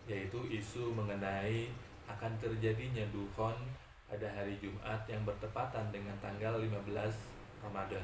yaitu isu mengenai akan terjadinya dukhon pada hari Jumat yang bertepatan dengan tanggal 15 Ramadan.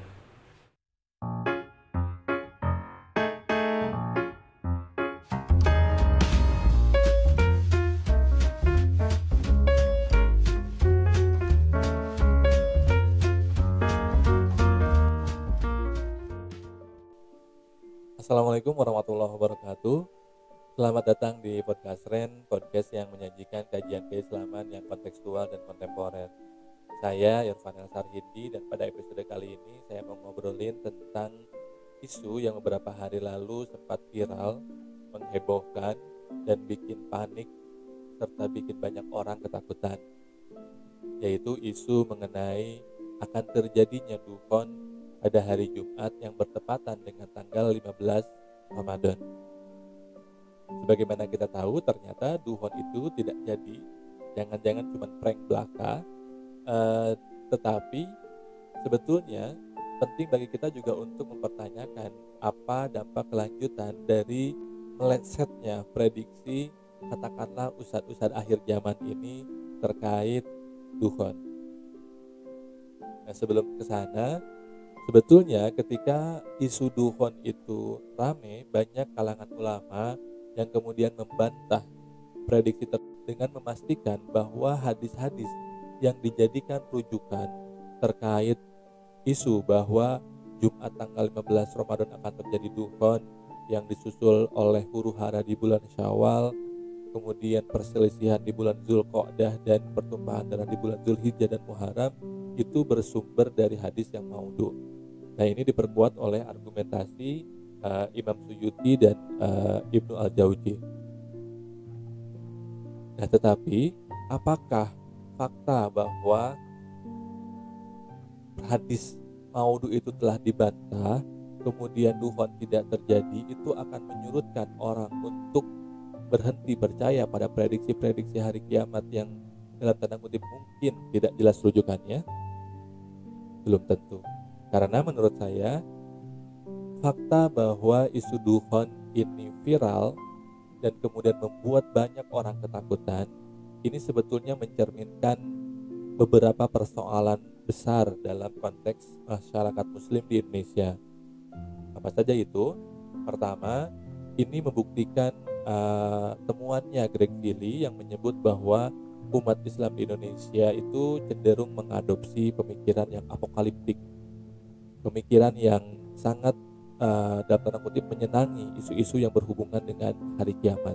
Assalamualaikum warahmatullahi wabarakatuh. Selamat datang di podcast Ren, podcast yang menyajikan kajian keislaman yang kontekstual dan kontemporer. Saya Irfan El Sarhidi, dan pada episode kali ini saya mau ngobrolin tentang isu yang beberapa hari lalu sempat viral, menghebohkan, dan bikin panik serta bikin banyak orang ketakutan, yaitu isu mengenai akan terjadinya dukhon pada hari Jumat yang bertepatan dengan tanggal 15 Ramadan. Sebagaimana kita tahu, ternyata dukhon itu tidak jadi. Jangan-jangan cuma prank belaka, tetapi sebetulnya penting bagi kita juga untuk mempertanyakan apa dampak kelanjutan dari melesetnya prediksi katakanlah ustadz-ustadz akhir zaman ini terkait dukhon. Nah, sebelum ke sana, sebetulnya ketika isu dukhon itu rame, banyak kalangan ulama yang kemudian membantah prediksi dengan memastikan bahwa hadis-hadis yang dijadikan rujukan terkait isu bahwa Jumat tanggal 15 Ramadan akan terjadi dukhon yang disusul oleh huru-hara di bulan Syawal, kemudian perselisihan di bulan Zulqa'dah dan pertumpahan darah di bulan Zulhijjah dan Muharram, itu bersumber dari hadis yang maudhu. Nah, ini diperkuat oleh argumentasi Imam Suyuti dan Ibnu Al-Jauzi. Nah, tetapi apakah fakta bahwa hadis maudhu itu telah dibantah, kemudian dukhon tidak terjadi, itu akan menyurutkan orang untuk berhenti percaya pada prediksi-prediksi hari kiamat yang dalam tanda kutip mungkin tidak jelas rujukannya? Belum tentu. Karena menurut saya, fakta bahwa isu dukhon ini viral dan kemudian membuat banyak orang ketakutan, ini sebetulnya mencerminkan beberapa persoalan besar dalam konteks masyarakat muslim di Indonesia. Apa saja itu? Pertama, ini membuktikan temuannya Greg Billy yang menyebut bahwa umat Islam di Indonesia itu cenderung mengadopsi pemikiran yang apokaliptik, pemikiran yang sangat dalam tanda kutip menyenangi isu-isu yang berhubungan dengan hari kiamat.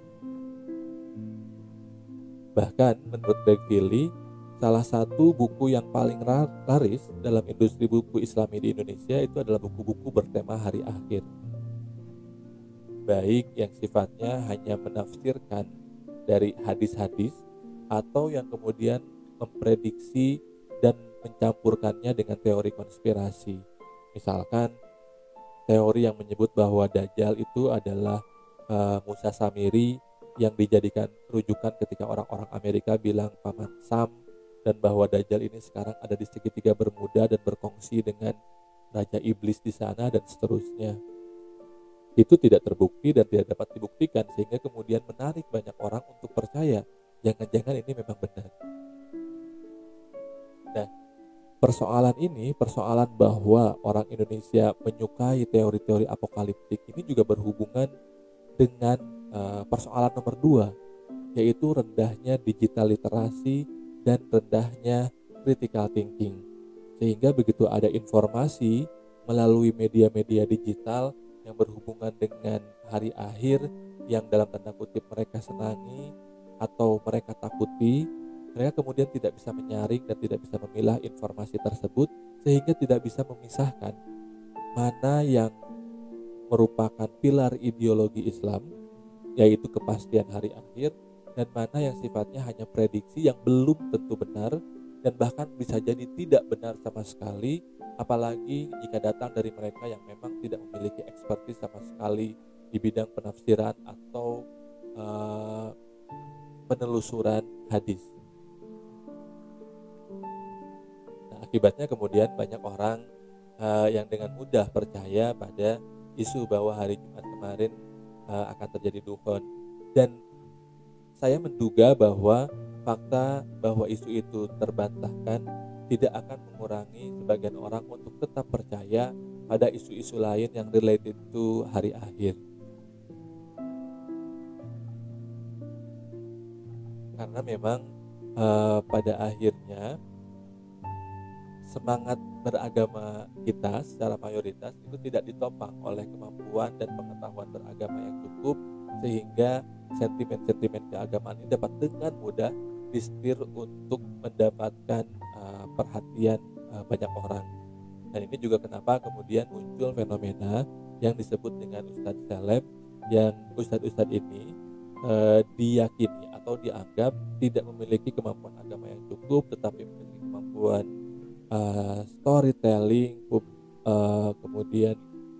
Bahkan menurut Greg Billy, salah satu buku yang paling laris dalam industri buku Islami di Indonesia itu adalah buku-buku bertema hari akhir, baik yang sifatnya hanya menafsirkan dari hadis-hadis atau yang kemudian memprediksi dan mencampurkannya dengan teori konspirasi. Misalkan teori yang menyebut bahwa Dajjal itu adalah Musa Samiri yang dijadikan rujukan ketika orang-orang Amerika bilang paman Sam, dan bahwa Dajjal ini sekarang ada di segitiga Bermuda dan berkongsi dengan Raja Iblis di sana dan seterusnya. Itu tidak terbukti dan tidak dapat dibuktikan, sehingga kemudian menarik banyak orang untuk percaya jangan-jangan ini memang benar. Nah, persoalan bahwa orang Indonesia menyukai teori-teori apokaliptik ini juga berhubungan dengan persoalan nomor 2, yaitu rendahnya digital literasi dan rendahnya critical thinking. Sehingga begitu ada informasi melalui media-media digital yang berhubungan dengan hari akhir yang dalam tanda kutip mereka senangi atau mereka takuti, mereka kemudian tidak bisa menyaring dan tidak bisa memilah informasi tersebut, sehingga tidak bisa memisahkan mana yang merupakan pilar ideologi Islam, yaitu kepastian hari akhir, dan mana yang sifatnya hanya prediksi yang belum tentu benar dan bahkan bisa jadi tidak benar sama sekali, apalagi jika datang dari mereka yang memang tidak memiliki ekspertis sama sekali di bidang penafsiran atau penelusuran hadis. Nah, akibatnya kemudian banyak orang yang dengan mudah percaya pada isu bahwa hari Jumat kemarin akan terjadi dukhon. Dan saya menduga bahwa fakta bahwa isu itu terbantahkan tidak akan mengurangi sebagian orang untuk tetap percaya pada isu-isu lain yang related to hari akhir. Karena memang pada akhirnya semangat beragama kita secara mayoritas itu tidak ditopang oleh kemampuan dan pengetahuan beragama yang cukup, sehingga sentimen-sentimen keagamaan ini dapat dengan mudah disetir untuk mendapatkan perhatian banyak orang. Dan ini juga kenapa kemudian muncul fenomena yang disebut dengan ustadz seleb, yang ustadz-ustadz ini diyakini atau dianggap tidak memiliki kemampuan agama yang cukup, tetapi memiliki kemampuan storytelling, kemudian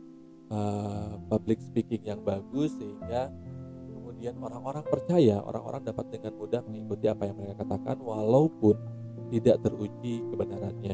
public speaking yang bagus, sehingga kemudian orang-orang percaya, orang-orang dapat dengan mudah mengikuti apa yang mereka katakan walaupun tidak teruji kebenarannya.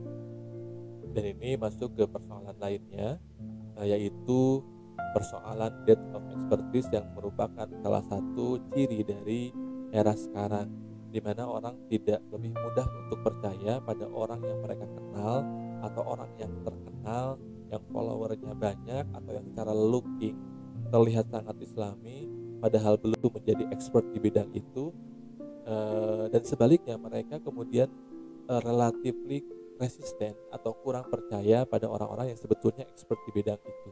Dan ini masuk ke persoalan lainnya, yaitu persoalan depth of expertise yang merupakan salah satu ciri dari era sekarang, di mana orang tidak lebih mudah untuk percaya pada orang yang mereka kenal atau orang yang terkenal, yang followernya banyak, atau yang secara looking terlihat sangat islami padahal belum menjadi expert di bidang itu. Dan sebaliknya mereka kemudian relatively resisten atau kurang percaya pada orang-orang yang sebetulnya expert di bidang itu.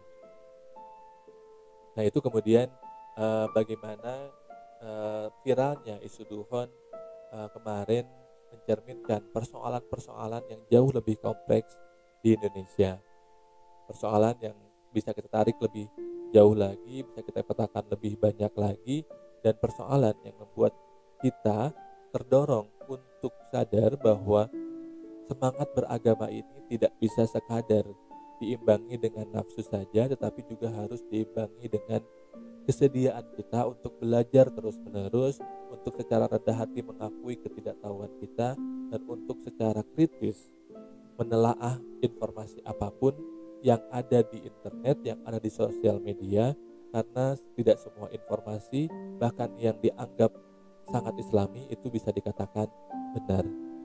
Nah, itu kemudian bagaimana viralnya isu duhon kemarin mencerminkan persoalan-persoalan yang jauh lebih kompleks di Indonesia. Persoalan yang bisa kita tarik lebih jauh lagi, bisa kita petakan lebih banyak lagi, dan persoalan yang membuat kita terdorong untuk sadar bahwa semangat beragama ini tidak bisa sekadar diimbangi dengan nafsu saja, tetapi juga harus diimbangi dengan kesediaan kita untuk belajar terus-menerus, untuk secara rendah hati mengakui ketidaktahuan kita, dan untuk secara kritis menelaah informasi apapun yang ada di internet, yang ada di sosial media, karena tidak semua informasi, bahkan yang dianggap sangat islami, itu bisa dikatakan benar.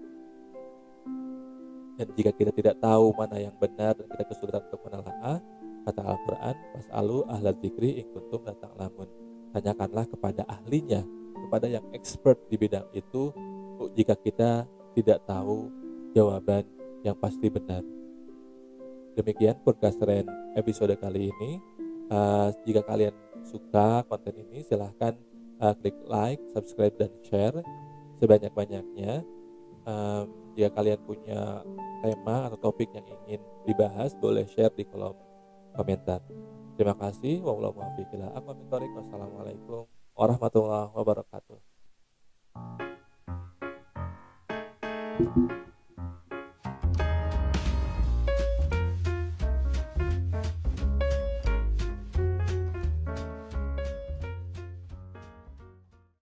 Dan jika kita tidak tahu mana yang benar dan kita kesulitan untuk menelaah, kata Al-Quran, "Fas'alu ahla dzikri in kuntum la ta'lamun." Tanyakanlah kepada ahlinya, kepada yang expert di bidang itu, jika kita tidak tahu jawaban yang pasti benar. Demikian podcast Ren episode kali ini. Jika kalian suka konten ini, silahkan klik like, subscribe, dan share sebanyak-banyaknya. Jika kalian punya tema atau topik yang ingin dibahas, boleh share di kolom komentar. Terima kasih. Wassalamualaikum warahmatullahi wabarakatuh.